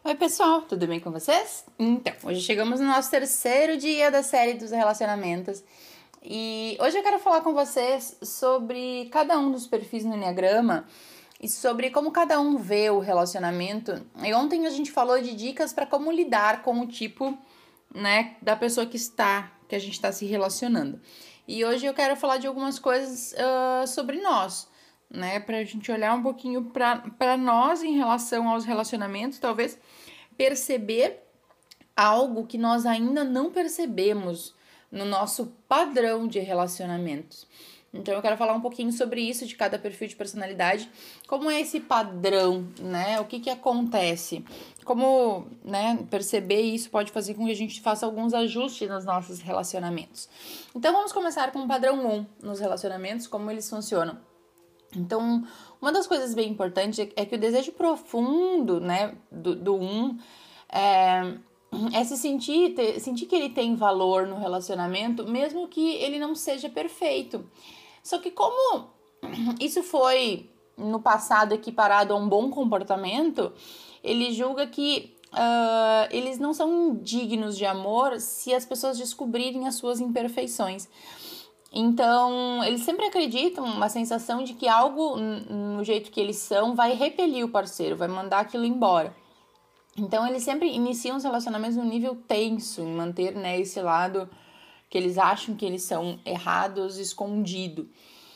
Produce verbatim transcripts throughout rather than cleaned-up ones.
Oi, pessoal, tudo bem com vocês? Então, hoje chegamos no nosso terceiro dia da série dos relacionamentos e hoje eu quero falar com vocês sobre cada um dos perfis no Enneagrama e sobre como cada um vê o relacionamento. E ontem a gente falou de dicas para como lidar com o tipo, né, da pessoa que está, que a gente está se relacionando. E hoje eu quero falar de algumas coisas uh, sobre nós, né, pra gente olhar um pouquinho pra, pra nós em relação aos relacionamentos, talvez perceber algo que nós ainda não percebemos no nosso padrão de relacionamentos. Então eu quero falar um pouquinho sobre isso, de cada perfil de personalidade, como é esse padrão, né, o que que acontece, como, né, perceber isso pode fazer com que a gente faça alguns ajustes nos nossos relacionamentos. Então vamos começar com o padrão um nos relacionamentos, como eles funcionam. Então, uma das coisas bem importantes é que o desejo profundo, né, do, do um é, é se sentir, ter, sentir que ele tem valor no relacionamento, mesmo que ele não seja perfeito. Só que como isso foi no passado equiparado a um bom comportamento, ele julga que uh, eles não são dignos de amor se as pessoas descobrirem as suas imperfeições. Então, eles sempre acreditam uma sensação de que algo no jeito que eles são vai repelir o parceiro, vai mandar aquilo embora. Então, eles sempre iniciam os relacionamentos no nível tenso, em manter, né, esse lado que eles acham que eles são errados, escondido.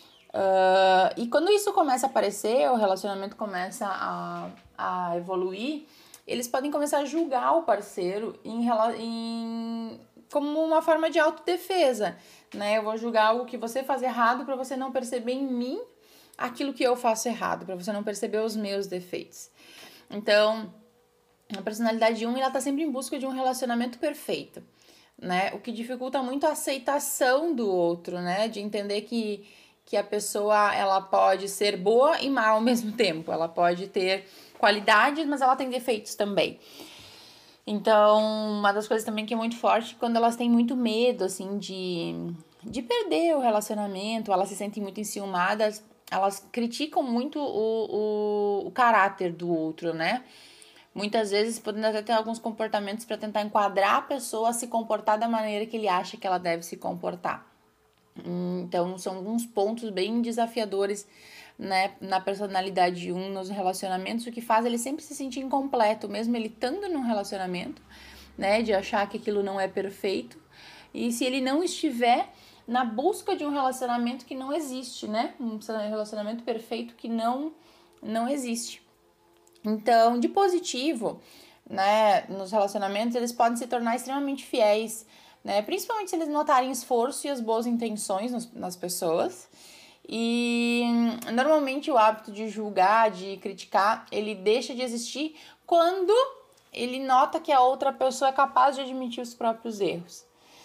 Uh, e quando isso começa a aparecer, o relacionamento começa a, a evoluir, eles podem começar a julgar o parceiro em, em, como uma forma de autodefesa, né? Eu vou julgar algo que você faz errado para você não perceber em mim aquilo que eu faço errado, para você não perceber os meus defeitos. Então, a personalidade um, ela tá sempre em busca de um relacionamento perfeito, né? O que dificulta muito a aceitação do outro, né? De entender que, que a pessoa, ela pode ser boa e má ao mesmo tempo. Ela pode ter qualidades, mas ela tem defeitos também. Então, uma das coisas também que é muito forte é quando elas têm muito medo, assim, de, de perder o relacionamento, elas se sentem muito enciumadas, elas criticam muito o, o, o caráter do outro, né? Muitas vezes podem até ter alguns comportamentos para tentar enquadrar a pessoa a se comportar da maneira que ele acha que ela deve se comportar. Então, são alguns pontos bem desafiadores, né, na personalidade um, nos relacionamentos, o que faz ele sempre se sentir incompleto, mesmo ele estando num relacionamento, né, de achar que aquilo não é perfeito, e se ele não estiver na busca de um relacionamento que não existe, né, um relacionamento perfeito que não, não existe. Então, de positivo, né, nos relacionamentos, eles podem se tornar extremamente fiéis, né, principalmente se eles notarem esforço e as boas intenções nos, nas pessoas. E normalmente o hábito de julgar, de criticar, ele deixa de existir quando ele nota que a outra pessoa é capaz de admitir os próprios erros.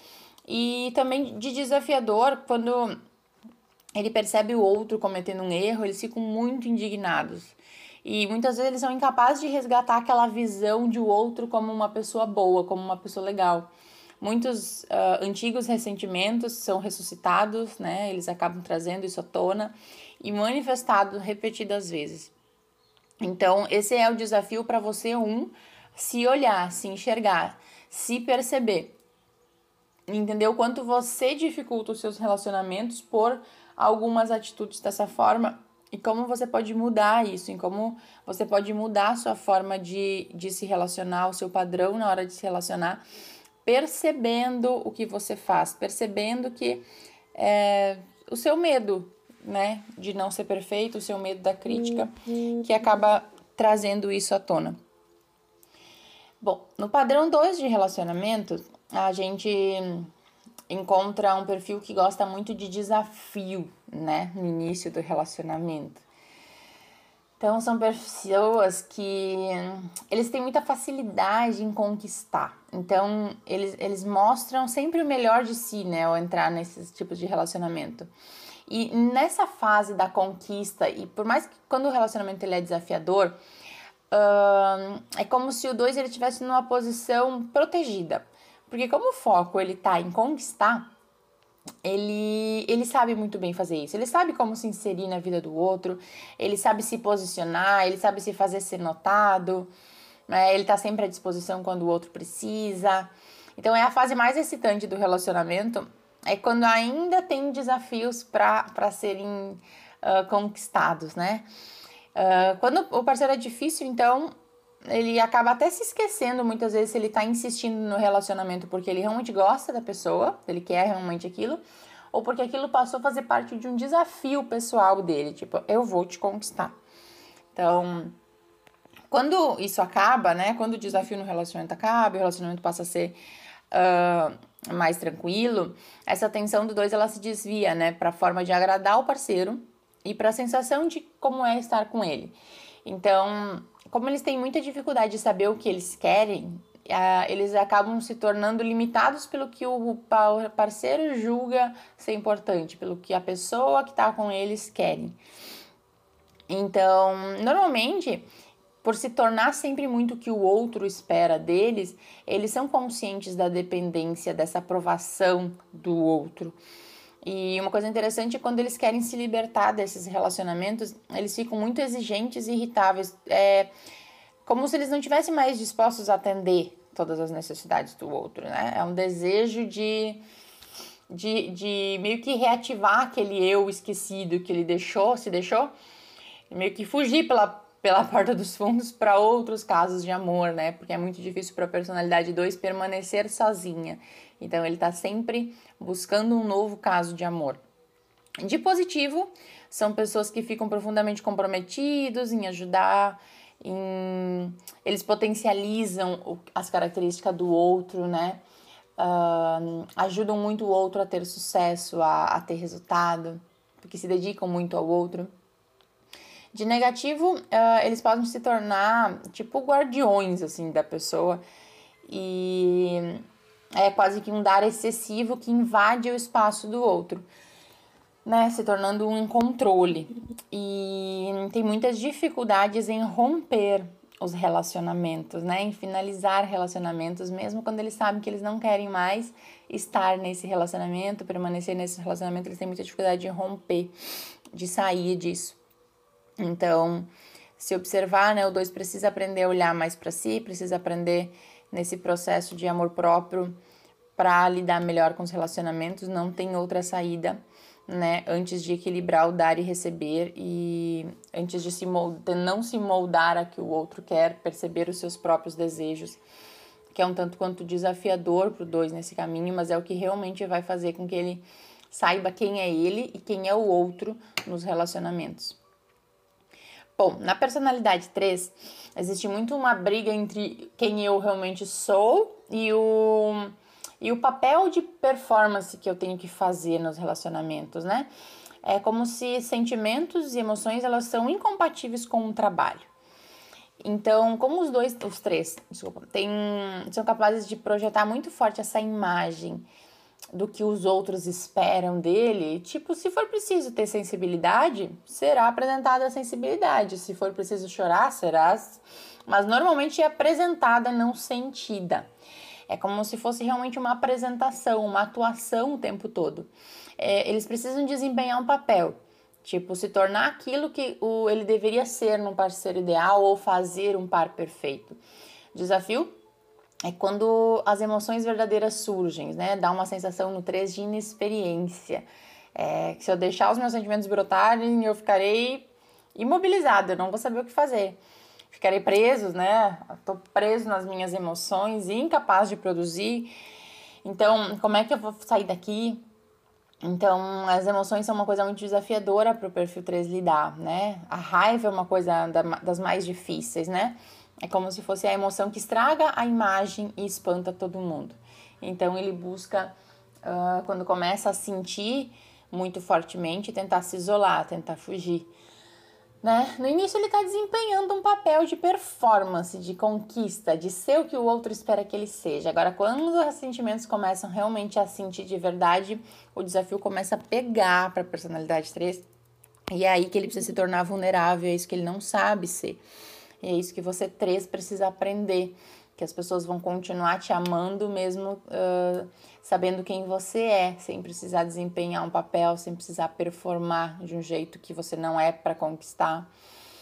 E também de desafiador, quando ele percebe o outro cometendo um erro, eles ficam muito indignados. E muitas vezes eles são incapazes de resgatar aquela visão de o outro como uma pessoa boa, como uma pessoa legal. Muitos uh, antigos ressentimentos são ressuscitados, né? Eles acabam trazendo isso à tona e manifestados repetidas vezes. Então, esse é o desafio para você, um, se olhar, se enxergar, se perceber. Entender o quanto você dificulta os seus relacionamentos por algumas atitudes dessa forma e como você pode mudar isso, e como você pode mudar a sua forma de, de se relacionar, o seu padrão na hora de se relacionar, percebendo o que você faz, percebendo que é, o seu medo, né, de não ser perfeito, o seu medo da crítica, que acaba trazendo isso à tona. Bom, no padrão dois de relacionamento, a gente encontra um perfil que gosta muito de desafio, né, no início do relacionamento. Então, são pessoas que eles têm muita facilidade em conquistar. Então, eles, eles mostram sempre o melhor de si, né, ao entrar nesses tipos de relacionamento. E nessa fase da conquista, e por mais que quando o relacionamento ele é desafiador, uh, é como se o dois ele estivesse numa posição protegida. Porque como o foco ele tá em conquistar, Ele, ele sabe muito bem fazer isso, ele sabe como se inserir na vida do outro, ele sabe se posicionar, ele sabe se fazer ser notado, né? Ele tá sempre à disposição quando o outro precisa. Então é a fase mais excitante do relacionamento, é quando ainda tem desafios para serem uh, conquistados, né? Uh, quando o parceiro é difícil, então ele acaba até se esquecendo muitas vezes se ele tá insistindo no relacionamento porque ele realmente gosta da pessoa, ele quer realmente aquilo, ou porque aquilo passou a fazer parte de um desafio pessoal dele, tipo, eu vou te conquistar. Então, quando isso acaba, né, quando o desafio no relacionamento acaba, o relacionamento passa a ser uh, mais tranquilo, essa tensão do dois, ela se desvia, né, pra forma de agradar o parceiro e pra sensação de como é estar com ele. Então, como eles têm muita dificuldade de saber o que eles querem, uh, eles acabam se tornando limitados pelo que o parceiro julga ser importante, pelo que a pessoa que está com eles querem. Então, normalmente, por se tornar sempre muito o que o outro espera deles, eles são conscientes da dependência, dessa aprovação do outro. E uma coisa interessante é quando eles querem se libertar desses relacionamentos, eles ficam muito exigentes e irritáveis. É como se eles não estivessem mais dispostos a atender todas as necessidades do outro, né? É um desejo de, de, de meio que reativar aquele eu esquecido que ele deixou, se deixou, meio que fugir pela, pela porta dos fundos para outros casos de amor, né? Porque é muito difícil para a personalidade dois permanecer sozinha. Então, ele está sempre buscando um novo caso de amor. De positivo, são pessoas que ficam profundamente comprometidos em ajudar, em... eles potencializam as características do outro, né? Uh, ajudam muito o outro a ter sucesso, a, a ter resultado, porque se dedicam muito ao outro. De negativo, uh, eles podem se tornar tipo guardiões, assim, da pessoa, e é quase que um dar excessivo que invade o espaço do outro, né, se tornando um controle. E tem muitas dificuldades em romper os relacionamentos, né, em finalizar relacionamentos, mesmo quando eles sabem que eles não querem mais estar nesse relacionamento, permanecer nesse relacionamento, eles têm muita dificuldade de romper, de sair disso. Então, se observar, né, o dois precisa aprender a olhar mais para si, precisa aprender nesse processo de amor próprio para lidar melhor com os relacionamentos, não tem outra saída, né, antes de equilibrar o dar e receber e antes de, se moldar, não se moldar a que o outro quer, perceber os seus próprios desejos, que é um tanto quanto desafiador para o dois nesse caminho, mas é o que realmente vai fazer com que ele saiba quem é ele e quem é o outro nos relacionamentos. Bom, na personalidade três, existe muito uma briga entre quem eu realmente sou e o, e o papel de performance que eu tenho que fazer nos relacionamentos, né? É como se sentimentos e emoções, elas são incompatíveis com o trabalho. Então, como os dois, os três, desculpa, tem, são capazes de projetar muito forte essa imagem do que os outros esperam dele, tipo, se for preciso ter sensibilidade, será apresentada a sensibilidade, se for preciso chorar, será, mas normalmente é apresentada, não sentida. É como se fosse realmente uma apresentação, uma atuação o tempo todo. É, eles precisam desempenhar um papel, tipo, se tornar aquilo que o, ele deveria ser num parceiro ideal ou fazer um par perfeito. Desafio é quando as emoções verdadeiras surgem, né? Dá uma sensação no três de inexperiência. É, que se eu deixar os meus sentimentos brotarem, eu ficarei imobilizada, eu não vou saber o que fazer. Ficarei preso, né? Estou preso nas minhas emoções e incapaz de produzir. Então, como é que eu vou sair daqui? Então, as emoções são uma coisa muito desafiadora para o perfil três lidar, né? A raiva é uma coisa das mais difíceis, né? É como se fosse a emoção que estraga a imagem e espanta todo mundo. Então, ele busca, uh, quando começa a sentir muito fortemente, tentar se isolar, tentar fugir, né? No início, ele está desempenhando um papel de performance, de conquista, de ser o que o outro espera que ele seja. Agora, quando os sentimentos começam realmente a sentir de verdade, o desafio começa a pegar para a personalidade três. E é aí que ele precisa se tornar vulnerável, é isso que ele não sabe ser. E é isso que você, três, precisa aprender. Que as pessoas vão continuar te amando mesmo uh, sabendo quem você é, sem precisar desempenhar um papel, sem precisar performar de um jeito que você não é para conquistar.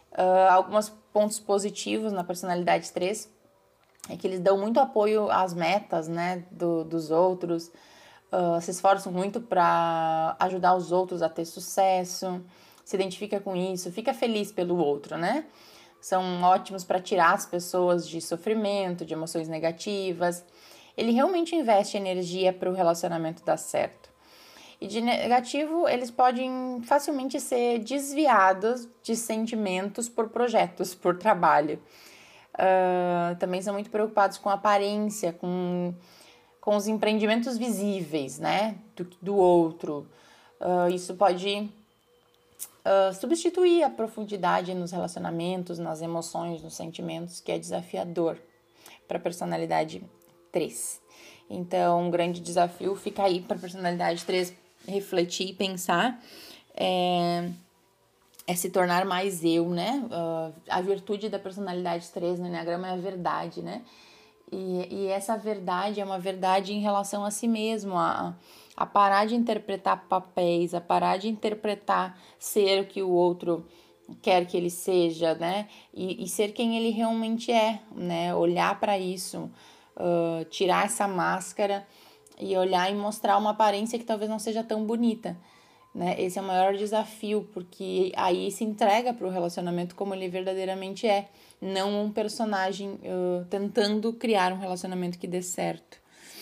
Uh, alguns pontos positivos na personalidade três é que eles dão muito apoio às metas, né, do, dos outros, uh, se esforçam muito para ajudar os outros a ter sucesso, se identifica com isso, fica feliz pelo outro, né? São ótimos para tirar as pessoas de sofrimento, de emoções negativas. Ele realmente investe energia para o relacionamento dar certo. E de negativo, eles podem facilmente ser desviados de sentimentos por projetos, por trabalho. Uh, também são muito preocupados com a aparência, com, com os empreendimentos visíveis, né, do, do outro. Uh, isso pode uh, substituir a profundidade nos relacionamentos, nas emoções, nos sentimentos, que é desafiador para a personalidade três. Então, um grande desafio fica aí para a personalidade três refletir e pensar é, é se tornar mais eu, né? Uh, a virtude da personalidade três no Enneagrama é a verdade, né? E, e essa verdade é uma verdade em relação a si mesmo, a, a parar de interpretar papéis, a parar de interpretar ser o que o outro quer que ele seja, né? E, e ser quem ele realmente é, né? Olhar para isso, uh, tirar essa máscara e olhar e mostrar uma aparência que talvez não seja tão bonita, né? Esse é o maior desafio, porque aí se entrega para o relacionamento como ele verdadeiramente é, não um personagem uh, tentando criar um relacionamento que dê certo.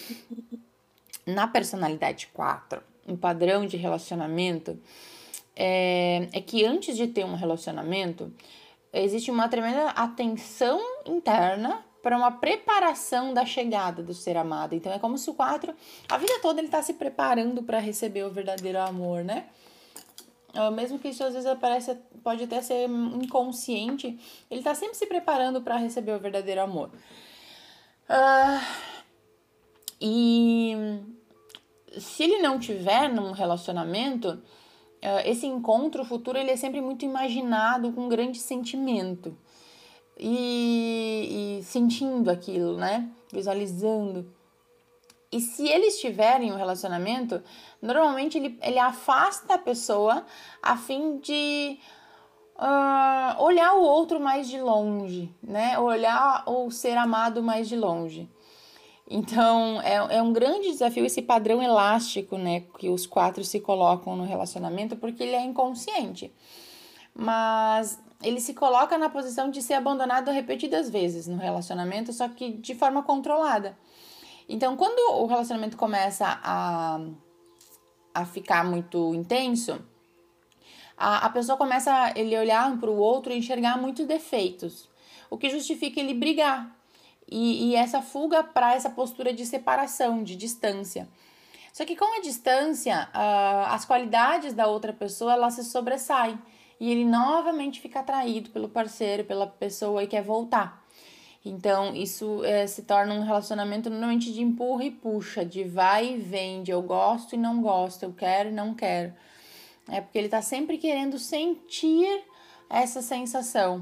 Na personalidade quatro, um padrão de relacionamento é, é que antes de ter um relacionamento, existe uma tremenda atenção interna para uma preparação da chegada do ser amado. Então, é como se o quatro, a vida toda, ele está se preparando para receber o verdadeiro amor, né? Mesmo que isso às vezes aparece, pode até ser inconsciente, ele está sempre se preparando para receber o verdadeiro amor. Uh, e se ele não tiver num relacionamento, uh, esse encontro futuro ele é sempre muito imaginado com um grande sentimento. E, e sentindo aquilo, né? Visualizando. E se eles tiverem um relacionamento, normalmente ele, ele afasta a pessoa a fim de uh, olhar o outro mais de longe, né? Olhar o ser amado mais de longe. Então, é, é um grande desafio esse padrão elástico, né? Que os quatro se colocam no relacionamento, porque ele é inconsciente. Mas ele se coloca na posição de ser abandonado repetidas vezes no relacionamento, só que de forma controlada. Então, quando o relacionamento começa a, a ficar muito intenso, a, a pessoa começa a ele olhar um para o outro e enxergar muitos defeitos, o que justifica ele brigar. E, e essa fuga para essa postura de separação, de distância. Só que com a distância, uh, as qualidades da outra pessoa, elas se sobressaem. E ele novamente fica atraído pelo parceiro, pela pessoa e quer voltar. Então, isso é, se torna um relacionamento normalmente de empurra e puxa, de vai e vem, de eu gosto e não gosto, eu quero e não quero. É porque ele está sempre querendo sentir essa sensação.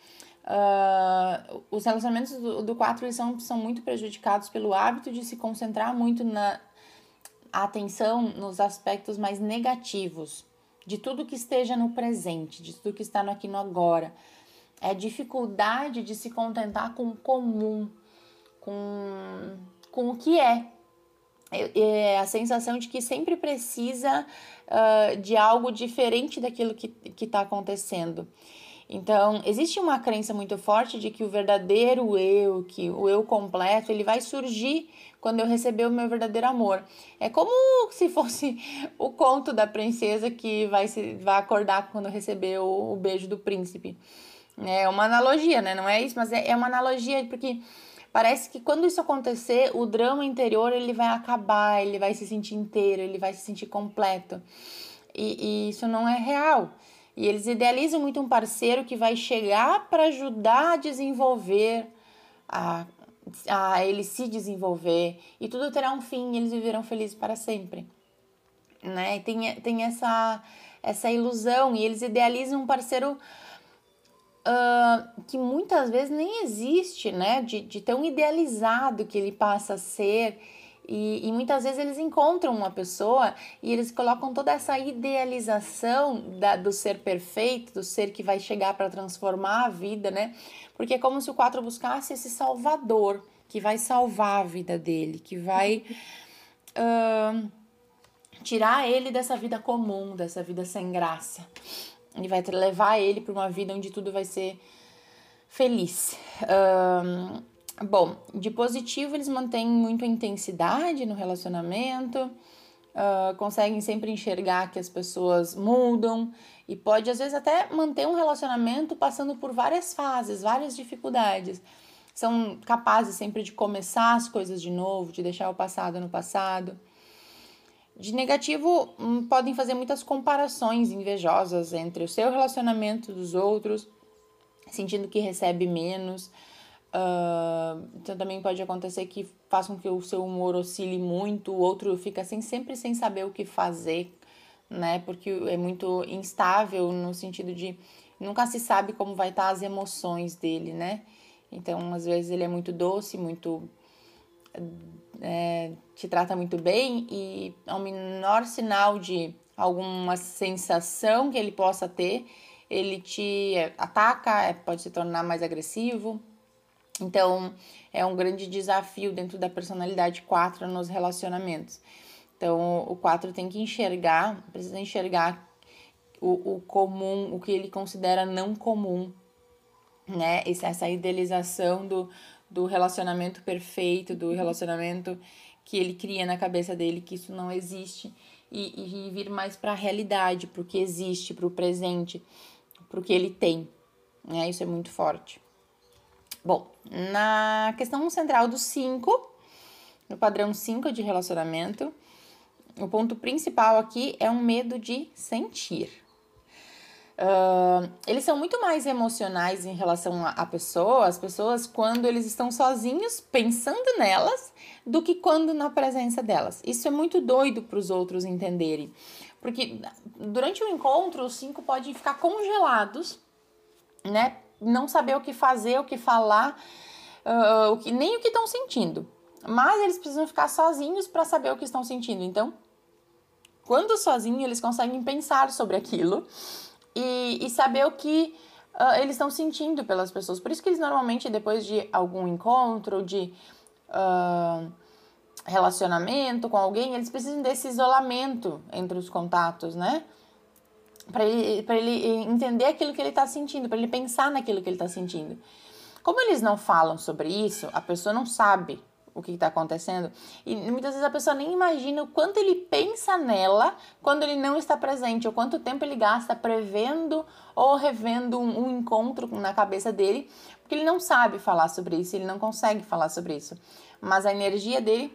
Uh, os relacionamentos do quatro eles são, são muito prejudicados pelo hábito de se concentrar muito na atenção nos aspectos mais negativos, de tudo que esteja no presente, de tudo que está no aqui no agora. É a dificuldade de se contentar com o comum, com, com o que é. É a sensação de que sempre precisa uh, de algo diferente daquilo que está acontecendo. Então, existe uma crença muito forte de que o verdadeiro eu, que o eu completo, ele vai surgir quando eu receber o meu verdadeiro amor. É como se fosse o conto da princesa que vai, se, vai acordar quando receber o, o beijo do príncipe. É uma analogia, né? Não é isso, mas é, é uma analogia porque parece que quando isso acontecer, o drama interior ele vai acabar, ele vai se sentir inteiro, ele vai se sentir completo. E, e isso não é real. E eles idealizam muito um parceiro que vai chegar para ajudar a desenvolver, a, a ele se desenvolver. E tudo terá um fim e eles viverão felizes para sempre. Né? E tem, tem essa, essa ilusão. E eles idealizam um parceiro uh, que muitas vezes nem existe, né? De, de tão idealizado que ele passa a ser. E, e muitas vezes eles encontram uma pessoa e eles colocam toda essa idealização da, do ser perfeito, do ser que vai chegar para transformar a vida, né? Porque é como se o quatro buscasse esse salvador, que vai salvar a vida dele, que vai uh, tirar ele dessa vida comum, dessa vida sem graça. E vai levar ele para uma vida onde tudo vai ser feliz. Uh, Bom, de positivo eles mantêm muito a intensidade no relacionamento, uh, conseguem sempre enxergar que as pessoas mudam e pode às vezes até manter um relacionamento passando por várias fases, várias dificuldades. São capazes sempre de começar as coisas de novo, de deixar o passado no passado. De negativo, hum, podem fazer muitas comparações invejosas entre o seu relacionamento dos outros, sentindo que recebe menos. Uh, então também pode acontecer que faça com que o seu humor oscile muito, o outro fica assim, sempre sem saber o que fazer, né? Porque é muito instável no sentido de nunca se sabe como vai estar as emoções dele, né? Então, às vezes ele é muito doce, muito é, te trata muito bem e ao menor sinal de alguma sensação que ele possa ter, ele te ataca, pode se tornar mais agressivo. Então, é um grande desafio dentro da personalidade quatro nos relacionamentos. Então, o quatro tem que enxergar, precisa enxergar o, o comum, o que ele considera não comum, né? Essa idealização do, do relacionamento perfeito, do relacionamento que ele cria na cabeça dele, que isso não existe, e, e vir mais para a realidade, para o que existe, para o presente, para o que ele tem, né? Isso é muito forte. Bom, na questão central do cinco, no padrão cinco de relacionamento, o ponto principal aqui é um medo de sentir. Uh, eles são muito mais emocionais em relação a, a pessoa, as pessoas, quando eles estão sozinhos pensando nelas, do que quando na presença delas. Isso é muito doido para os outros entenderem. Porque durante o encontro, os cinco podem ficar congelados, né? Não saber o que fazer, o que falar, uh, o que, nem o que estão sentindo. Mas eles precisam ficar sozinhos para saber o que estão sentindo. Então, quando sozinhos, eles conseguem pensar sobre aquilo e, e saber o que uh, eles estão sentindo pelas pessoas. Por isso que eles normalmente, depois de algum encontro, de uh, relacionamento com alguém, eles precisam desse isolamento entre os contatos, né? Para ele, para ele entender aquilo que ele está sentindo, para ele pensar naquilo que ele está sentindo. Como eles não falam sobre isso, a pessoa não sabe o que está acontecendo e muitas vezes a pessoa nem imagina o quanto ele pensa nela quando ele não está presente, ou quanto tempo ele gasta prevendo ou revendo um, um encontro na cabeça dele, porque ele não sabe falar sobre isso, ele não consegue falar sobre isso. Mas a energia dele,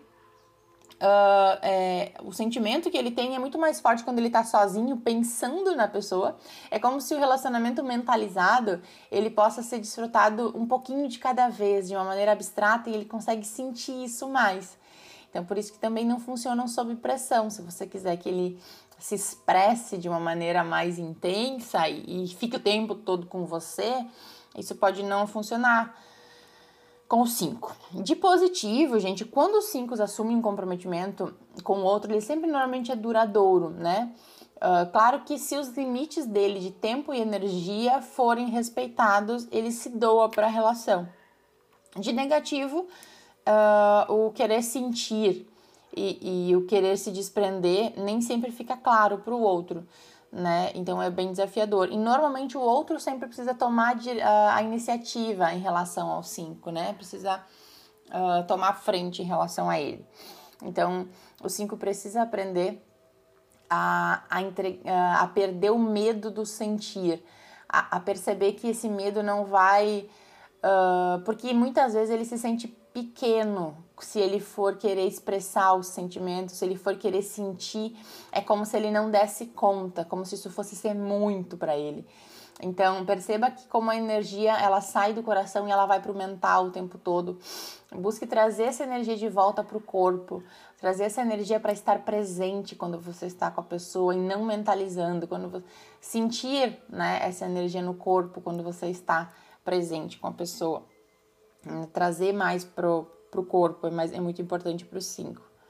Uh, é, o sentimento que ele tem é muito mais forte quando ele tá sozinho, pensando na pessoa. É como se o relacionamento mentalizado, ele possa ser desfrutado um pouquinho de cada vez, de uma maneira abstrata, e ele consegue sentir isso mais. Então, por isso que também não funcionam sob pressão. Se você quiser que ele se expresse de uma maneira mais intensa e, e fique o tempo todo com você, isso pode não funcionar com o cinco. De positivo, gente, quando os cinco assumem um comprometimento com o outro, ele sempre normalmente é duradouro, né? Uh, claro que se os limites dele de tempo e energia forem respeitados, ele se doa para a relação. De negativo, uh, o querer sentir e, e o querer se desprender nem sempre fica claro para o outro, né? Então é bem desafiador. E normalmente o outro sempre precisa tomar de, uh, a iniciativa em relação ao cinco, né? Precisa uh, tomar frente em relação a ele. Então o cinco precisa aprender a, a, entre, uh, a perder o medo do sentir, a, a perceber que esse medo não vai... Uh, porque muitas vezes ele se sente pequeno se ele for querer expressar os sentimentos, se ele for querer sentir, é como se ele não desse conta, como se isso fosse ser muito para ele. Então perceba que como a energia ela sai do coração e ela vai para o mental o tempo todo. Busque trazer essa energia de volta para o corpo, trazer essa energia para estar presente quando você está com a pessoa e não mentalizando, quando você sentir, né, essa energia no corpo quando você está presente com a pessoa. Trazer mais pro, pro corpo é, mais, é muito importante para os cinco.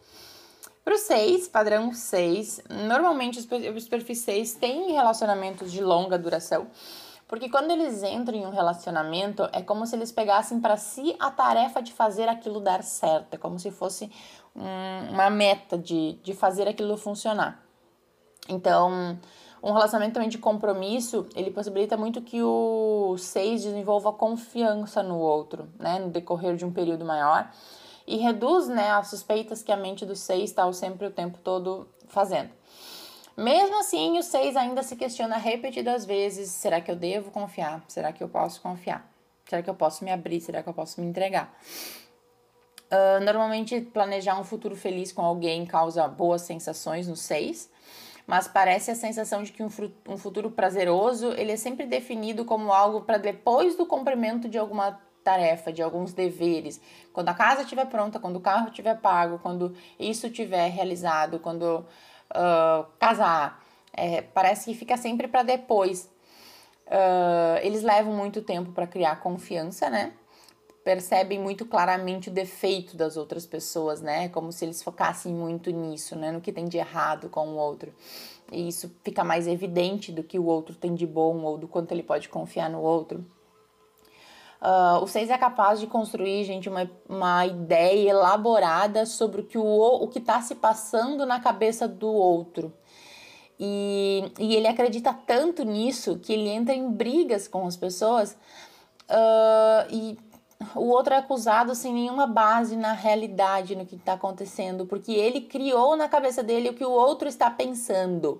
Pro seis, padrão seis, normalmente os perfis seis têm relacionamentos de longa duração, porque quando eles entram em um relacionamento, é como se eles pegassem para si a tarefa de fazer aquilo dar certo, é como se fosse um, uma meta de, de fazer aquilo funcionar. Então, um relacionamento também de compromisso, ele possibilita muito que o seis desenvolva confiança no outro, né, no decorrer de um período maior, e reduz, né, as suspeitas que a mente do seis está sempre o tempo todo fazendo. Mesmo assim, o seis ainda se questiona repetidas vezes, será que eu devo confiar? Será que eu posso confiar? Será que eu posso me abrir? Será que eu posso me entregar? Uh, normalmente, planejar um futuro feliz com alguém causa boas sensações no seis, mas parece a sensação de que um, um futuro prazeroso, ele é sempre definido como algo para depois do cumprimento de alguma tarefa, de alguns deveres. Quando a casa estiver pronta, quando o carro estiver pago, quando isso estiver realizado, quando uh, casar, é, parece que fica sempre para depois. Uh, eles levam muito tempo para criar confiança, né? Percebem muito claramente o defeito das outras pessoas, né? Como se eles focassem muito nisso, né? No que tem de errado com o outro. E isso fica mais evidente do que o outro tem de bom ou do quanto ele pode confiar no outro. Uh, o seis é capaz de construir, gente, uma, uma ideia elaborada sobre o que o, o que está se passando na cabeça do outro. E, e ele acredita tanto nisso que ele entra em brigas com as pessoas uh, e o outro é acusado sem nenhuma base na realidade, no que está acontecendo, porque ele criou na cabeça dele o que o outro está pensando.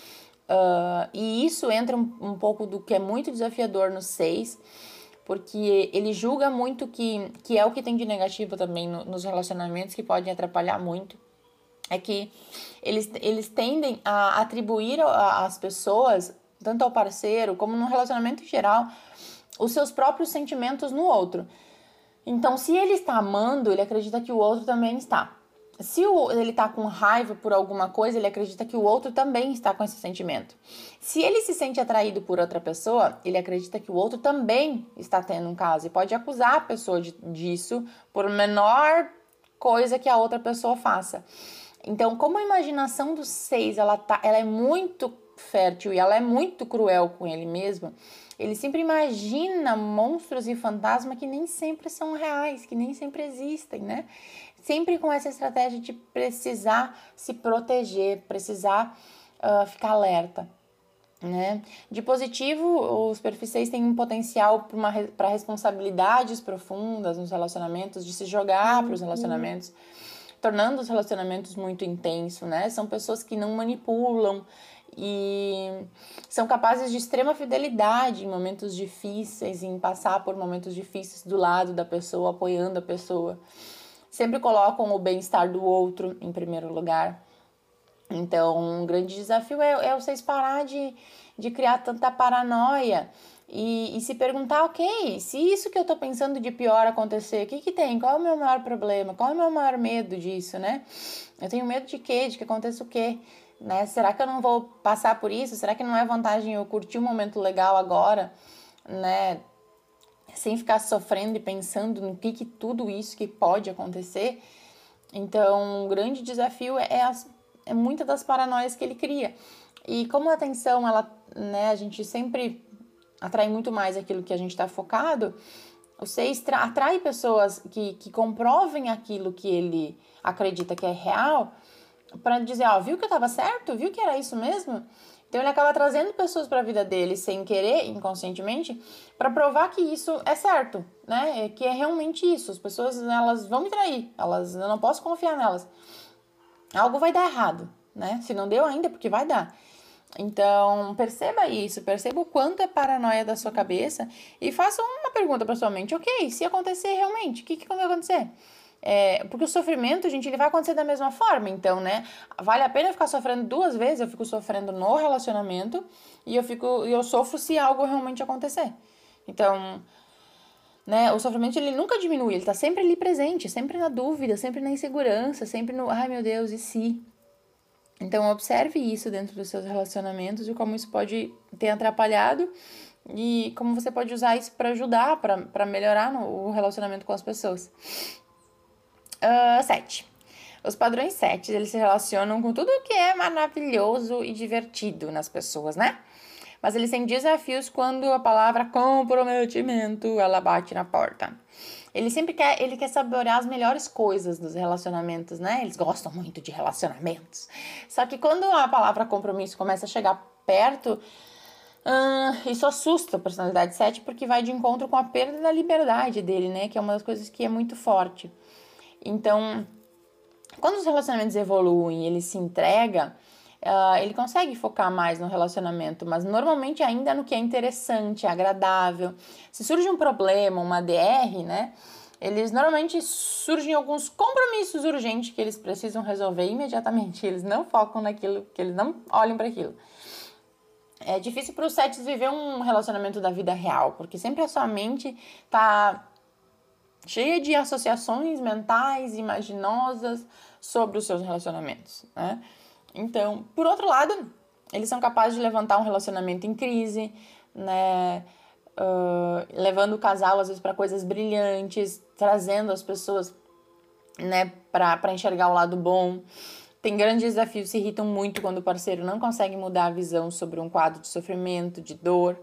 Uh, e isso entra um, um pouco do que é muito desafiador no seis, porque ele julga muito que, que é o que tem de negativo também no, nos relacionamentos, que podem atrapalhar muito. É que eles, eles tendem a atribuir às pessoas, tanto ao parceiro como no relacionamento em geral, os seus próprios sentimentos no outro. Então, se ele está amando, ele acredita que o outro também está. Se o, ele está com raiva por alguma coisa, ele acredita que o outro também está com esse sentimento. Se ele se sente atraído por outra pessoa, ele acredita que o outro também está tendo um caso e pode acusar a pessoa de, disso por menor coisa que a outra pessoa faça. Então, como a imaginação do seis, ela, tá, ela é muito fértil e ela é muito cruel com ele mesmo, ele sempre imagina monstros e fantasmas que nem sempre são reais, que nem sempre existem, né? Sempre com essa estratégia de precisar se proteger, precisar uh, ficar alerta, né? De positivo, os perfis seis têm um potencial para responsabilidades profundas nos relacionamentos, de se jogar para os relacionamentos, tornando os relacionamentos muito intensos, né? São pessoas que não manipulam e são capazes de extrema fidelidade em momentos difíceis, em passar por momentos difíceis do lado da pessoa, apoiando a pessoa. Sempre colocam o bem-estar do outro em primeiro lugar. Então, um grande desafio é, é vocês parar de, de criar tanta paranoia e, e se perguntar, ok, se isso que eu tô pensando de pior acontecer, o que que tem? Qual é o meu maior problema? Qual é o meu maior medo disso, né? Eu tenho medo de quê? De que aconteça o quê? Né? Será que eu não vou passar por isso? Será que não é vantagem eu curtir um momento legal agora, né? Sem ficar sofrendo e pensando no que, que tudo isso que pode acontecer. Então, um grande desafio é, as, é muitas das paranoias que ele cria. E como a atenção, ela, né, a gente sempre atrai muito mais aquilo que a gente está focado, você extra, atrai pessoas que, que comprovem aquilo que ele acredita que é real, para dizer, ó, viu que eu estava certo? Viu que era isso mesmo? Então ele acaba trazendo pessoas para a vida dele sem querer, inconscientemente, para provar que isso é certo, né? Que é realmente isso. As pessoas, elas vão me trair, elas, eu não posso confiar nelas. Algo vai dar errado, né? Se não deu ainda, porque vai dar. Então, perceba isso, perceba o quanto é paranoia da sua cabeça e faça uma pergunta para sua mente, ok, se acontecer realmente, o que, que vai acontecer? É, porque o sofrimento, gente, ele vai acontecer da mesma forma, então, né, vale a pena ficar sofrendo duas vezes, eu fico sofrendo no relacionamento e eu, fico, eu sofro se algo realmente acontecer. Então, né, o sofrimento, ele nunca diminui, ele tá sempre ali presente, sempre na dúvida, sempre na insegurança, sempre no, ai meu Deus, e se? Então, observe isso dentro dos seus relacionamentos e como isso pode ter atrapalhado e como você pode usar isso para ajudar, para melhorar no, o relacionamento com as pessoas. Uh, sete. Os padrões sete, eles se relacionam com tudo que é maravilhoso e divertido nas pessoas, né? Mas eles têm desafios quando a palavra comprometimento, ela bate na porta. Ele sempre quer, ele quer saborear as melhores coisas dos relacionamentos, né? Eles gostam muito de relacionamentos. Só que quando a palavra compromisso começa a chegar perto, uh, isso assusta a personalidade sete, porque vai de encontro com a perda da liberdade dele, né? Que é uma das coisas que é muito forte. Então, quando os relacionamentos evoluem, ele se entrega, uh, ele consegue focar mais no relacionamento, mas normalmente ainda no que é interessante, agradável. Se surge um problema, uma D R, né? Eles normalmente surgem alguns compromissos urgentes que eles precisam resolver imediatamente. Eles não focam naquilo, que eles não olham para aquilo. É difícil para os setes viver um relacionamento da vida real, porque sempre a sua mente tá cheia de associações mentais, imaginosas sobre os seus relacionamentos, né? Então, por outro lado, eles são capazes de levantar um relacionamento em crise, né? Uh, levando o casal, às vezes, para coisas brilhantes, trazendo as pessoas, né, para enxergar o lado bom. Tem grandes desafios, se irritam muito quando o parceiro não consegue mudar a visão sobre um quadro de sofrimento, de dor.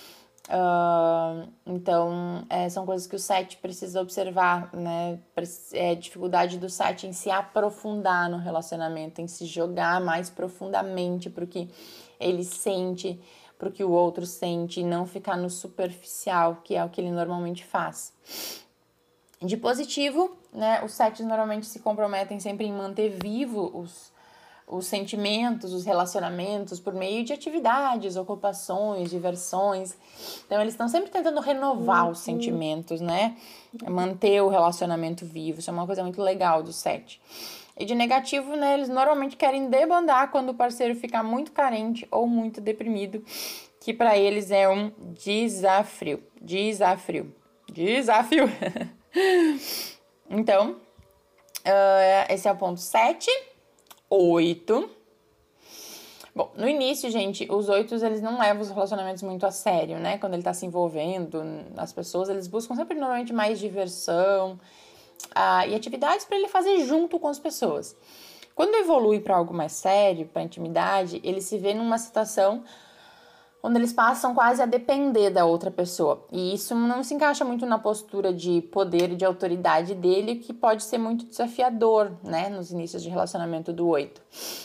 Uh, então, é, são coisas que o sete precisa observar, né? É dificuldade do sete em se aprofundar no relacionamento, em se jogar mais profundamente pro que ele sente, pro que o outro sente, e não ficar no superficial, que é o que ele normalmente faz. De positivo, né? Os setes normalmente se comprometem sempre em manter vivo os os sentimentos, os relacionamentos por meio de atividades, ocupações, diversões. Então, eles estão sempre tentando renovar os sentimentos, né? Manter o relacionamento vivo. Isso é uma coisa muito legal do sete. E de negativo, né? Eles normalmente querem debandar quando o parceiro fica muito carente ou muito deprimido, que para eles é um desafio. Desafio. Desafio. Então, uh, esse é o ponto sete. Oito. Bom, no início, gente, os oitos, eles não levam os relacionamentos muito a sério, né? Quando ele tá se envolvendo, as pessoas, eles buscam sempre normalmente mais diversão ah, e atividades para ele fazer junto com as pessoas. Quando evolui para algo mais sério, para intimidade, ele se vê numa situação onde eles passam quase a depender da outra pessoa. E isso não se encaixa muito na postura de poder e de autoridade dele, que pode ser muito desafiador, né, nos inícios de relacionamento do oito.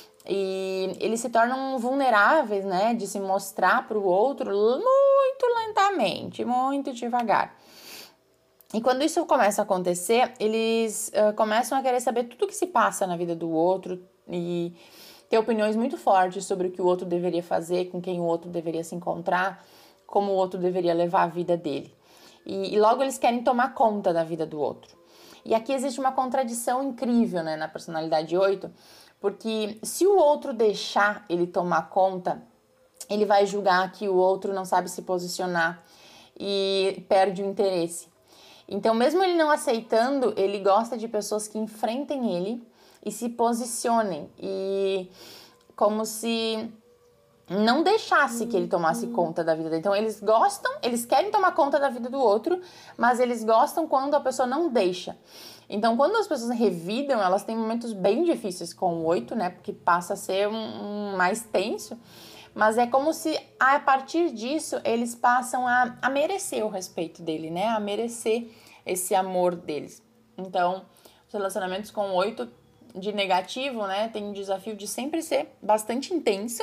E eles se tornam vulneráveis, né, de se mostrar para o outro muito lentamente, muito devagar. E quando isso começa a acontecer, eles uh, começam a querer saber tudo que se passa na vida do outro e ter opiniões muito fortes sobre o que o outro deveria fazer, com quem o outro deveria se encontrar, como o outro deveria levar a vida dele. E, e logo eles querem tomar conta da vida do outro. E aqui existe uma contradição incrível, né, na personalidade oito, porque se o outro deixar ele tomar conta, ele vai julgar que o outro não sabe se posicionar e perde o interesse. Então, mesmo ele não aceitando, ele gosta de pessoas que enfrentem ele e se posicionem, e como se não deixasse que ele tomasse conta da vida dele. Então, eles gostam, eles querem tomar conta da vida do outro, mas eles gostam quando a pessoa não deixa. Então, quando as pessoas revidam, elas têm momentos bem difíceis com o oito, né? Porque passa a ser um, um mais tenso. Mas é como se, a partir disso, eles passam a, a merecer o respeito dele, né? A merecer esse amor deles. Então, os relacionamentos com o oito de negativo, né, tem o desafio de sempre ser bastante intenso,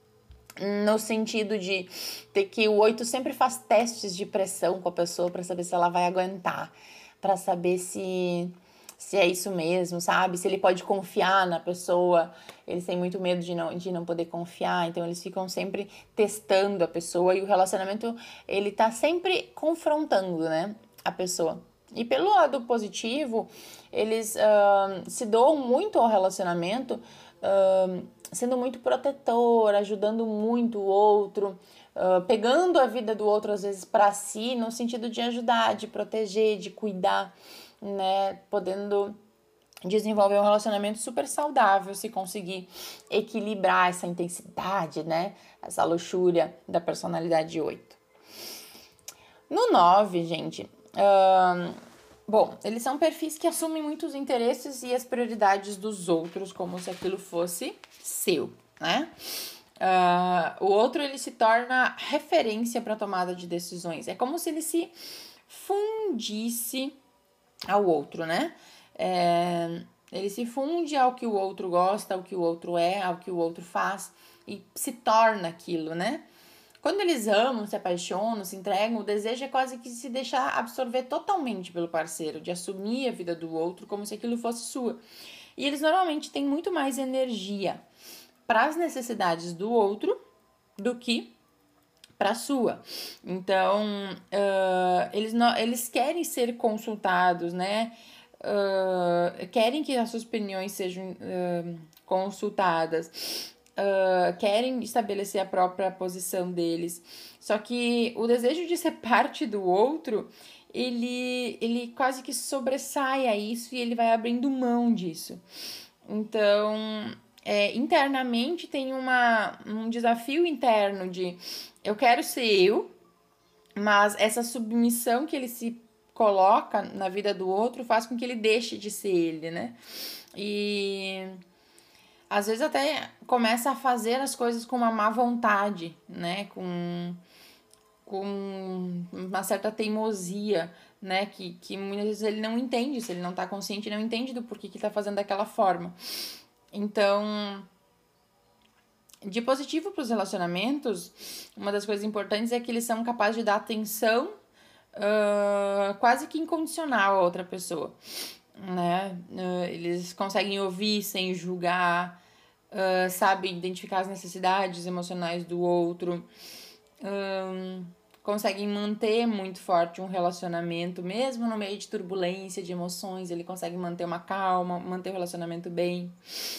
no sentido de ter que o oito sempre faz testes de pressão com a pessoa para saber se ela vai aguentar, para saber se, se é isso mesmo, sabe? Se ele pode confiar na pessoa. Eles têm muito medo de não, de não poder confiar, então eles ficam sempre testando a pessoa, e o relacionamento, ele tá sempre confrontando, né, a pessoa. E pelo lado positivo, eles uh, se doam muito ao relacionamento, uh, sendo muito protetor, ajudando muito o outro, uh, pegando a vida do outro às vezes para si, no sentido de ajudar, de proteger, de cuidar, né, podendo desenvolver um relacionamento super saudável se conseguir equilibrar essa intensidade, né, essa luxúria da personalidade oito. No nove, gente, Uh, Bom, eles são perfis que assumem muitos interesses e as prioridades dos outros, como se aquilo fosse seu, né? Uh, o outro, ele se torna referência para tomada de decisões. É como se ele se fundisse ao outro, né? É, ele se funde ao que o outro gosta, ao que o outro é, ao que o outro faz e se torna aquilo, né? Quando eles amam, se apaixonam, se entregam, o desejo é quase que se deixar absorver totalmente pelo parceiro, de assumir a vida do outro como se aquilo fosse sua. E eles normalmente têm muito mais energia para as necessidades do outro do que para a sua. Então, uh, eles, não, eles querem ser consultados, né? Uh, querem que as suas opiniões sejam uh, consultadas. Uh, querem estabelecer a própria posição deles. Só que o desejo de ser parte do outro, ele, ele quase que sobressai a isso e ele vai abrindo mão disso. Então, é, internamente tem uma, um desafio interno de eu quero ser eu, mas essa submissão que ele se coloca na vida do outro faz com que ele deixe de ser ele, né? E às vezes até começa a fazer as coisas com uma má vontade, né? Com, com uma certa teimosia, né? Que, que muitas vezes ele não entende, se ele não tá consciente, não entende do porquê que tá fazendo daquela forma. Então, de positivo para os relacionamentos, uma das coisas importantes é que eles são capazes de dar atenção uh, quase que incondicional a outra pessoa, né? Uh, eles conseguem ouvir sem julgar, uh, sabem identificar as necessidades emocionais do outro, um, conseguem manter muito forte um relacionamento, mesmo no meio de turbulência, de emoções, ele consegue manter uma calma, manter o relacionamento bem.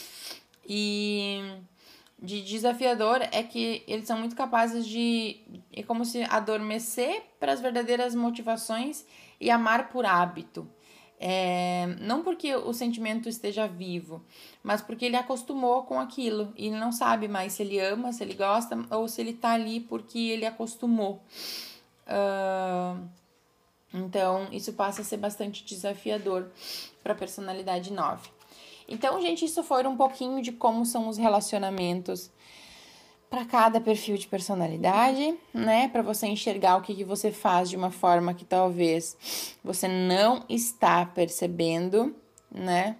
E de desafiador é que eles são muito capazes de, é como se adormecer para as verdadeiras motivações e amar por hábito. É, não porque o sentimento esteja vivo, mas porque ele acostumou com aquilo e ele não sabe mais se ele ama, se ele gosta ou se ele tá ali porque ele acostumou. Uh, então, isso passa a ser bastante desafiador para a personalidade nove. Então, gente, isso foi um pouquinho de como são os relacionamentos para cada perfil de personalidade, né? Para você enxergar o que, que você faz de uma forma que talvez você não está percebendo, né?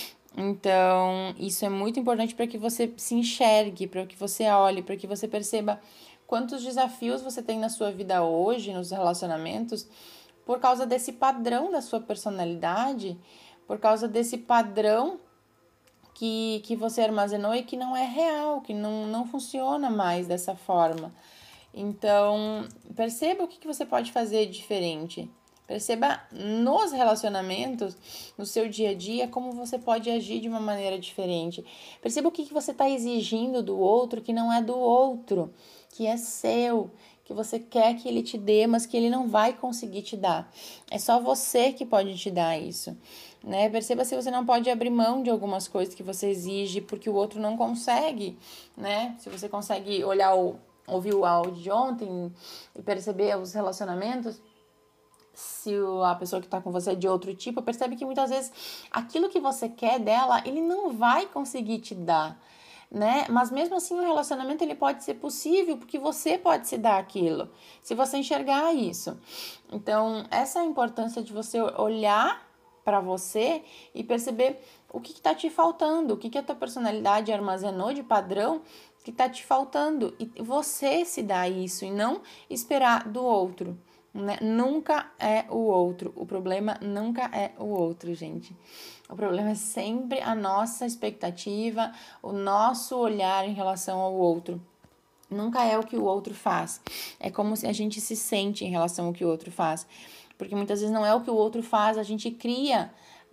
Então, isso é muito importante para que você se enxergue, para que você olhe, para que você perceba quantos desafios você tem na sua vida hoje, nos relacionamentos, por causa desse padrão da sua personalidade, por causa desse padrão que, que você armazenou e que não é real, que não, não funciona mais dessa forma. Então, perceba o que, que você pode fazer diferente. Perceba nos relacionamentos, no seu dia a dia, como você pode agir de uma maneira diferente. Perceba o que, que você está exigindo do outro que não é do outro, que é seu, que você quer que ele te dê, mas que ele não vai conseguir te dar. É só você que pode te dar isso. Né? Perceba se você não pode abrir mão de algumas coisas que você exige porque o outro não consegue, né? Se você consegue olhar o, ouvir o áudio de ontem e perceber os relacionamentos, se a pessoa que está com você é de outro tipo, percebe que muitas vezes aquilo que você quer dela, ele não vai conseguir te dar, né? Mas mesmo assim o relacionamento ele pode ser possível porque você pode se dar aquilo, se você enxergar isso. Então, essa é a importância de você olhar para você e perceber o que está te faltando, o que, que a tua personalidade armazenou de padrão que está te faltando. E você se dá isso e não esperar do outro. Né? Nunca é o outro. O problema nunca é o outro, gente. O problema é sempre a nossa expectativa, o nosso olhar em relação ao outro. Nunca é o que o outro faz. É como se a gente se sente em relação ao que o outro faz. Porque muitas vezes não é o que o outro faz, a gente cria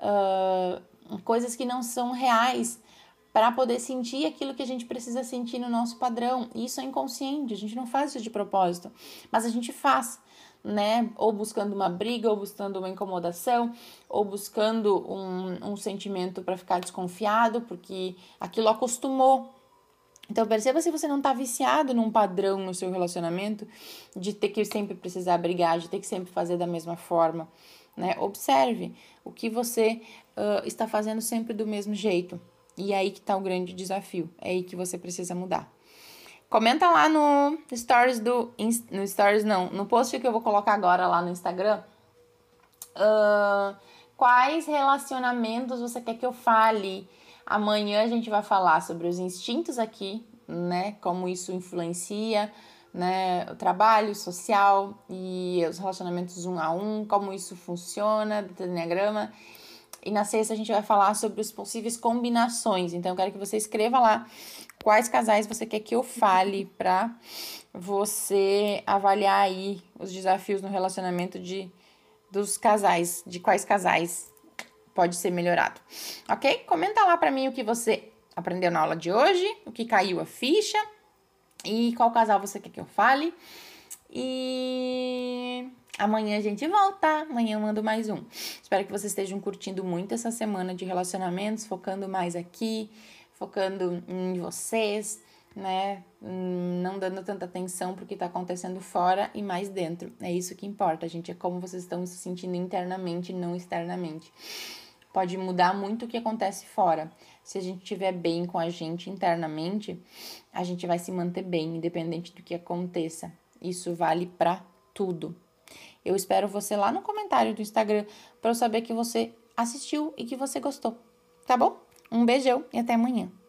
uh, coisas que não são reais para poder sentir aquilo que a gente precisa sentir no nosso padrão. E isso é inconsciente, a gente não faz isso de propósito, mas a gente faz, né? Ou buscando uma briga, ou buscando uma incomodação, ou buscando um, um sentimento para ficar desconfiado, porque aquilo acostumou. Então, perceba se você não tá viciado num padrão no seu relacionamento de ter que sempre precisar brigar, de ter que sempre fazer da mesma forma, né? Observe o que você uh, está fazendo sempre do mesmo jeito. E é aí que tá o grande desafio. É aí que você precisa mudar. Comenta lá no stories do... No stories não, no post que eu vou colocar agora lá no Instagram. Uh, quais relacionamentos você quer que eu fale? Amanhã a gente vai falar sobre os instintos aqui, né? Como isso influencia, né? O trabalho social e os relacionamentos um a um, como isso funciona do Enneagrama. E na sexta a gente vai falar sobre as possíveis combinações. Então eu quero que você escreva lá quais casais você quer que eu fale para você avaliar aí os desafios no relacionamento de, dos casais, de quais casais pode ser melhorado. Ok? Comenta lá para mim o que você aprendeu na aula de hoje, o que caiu a ficha e qual casal você quer que eu fale. E amanhã a gente volta, amanhã eu mando mais um. Espero que vocês estejam curtindo muito essa semana de relacionamentos, focando mais aqui, focando em vocês, né? Não dando tanta atenção pro que tá acontecendo fora e mais dentro. É isso que importa, gente, é como vocês estão se sentindo internamente, não externamente. Pode mudar muito o que acontece fora. Se a gente estiver bem com a gente internamente, a gente vai se manter bem, independente do que aconteça. Isso vale pra tudo. Eu espero você lá no comentário do Instagram para eu saber que você assistiu e que você gostou. Tá bom? Um beijão e até amanhã.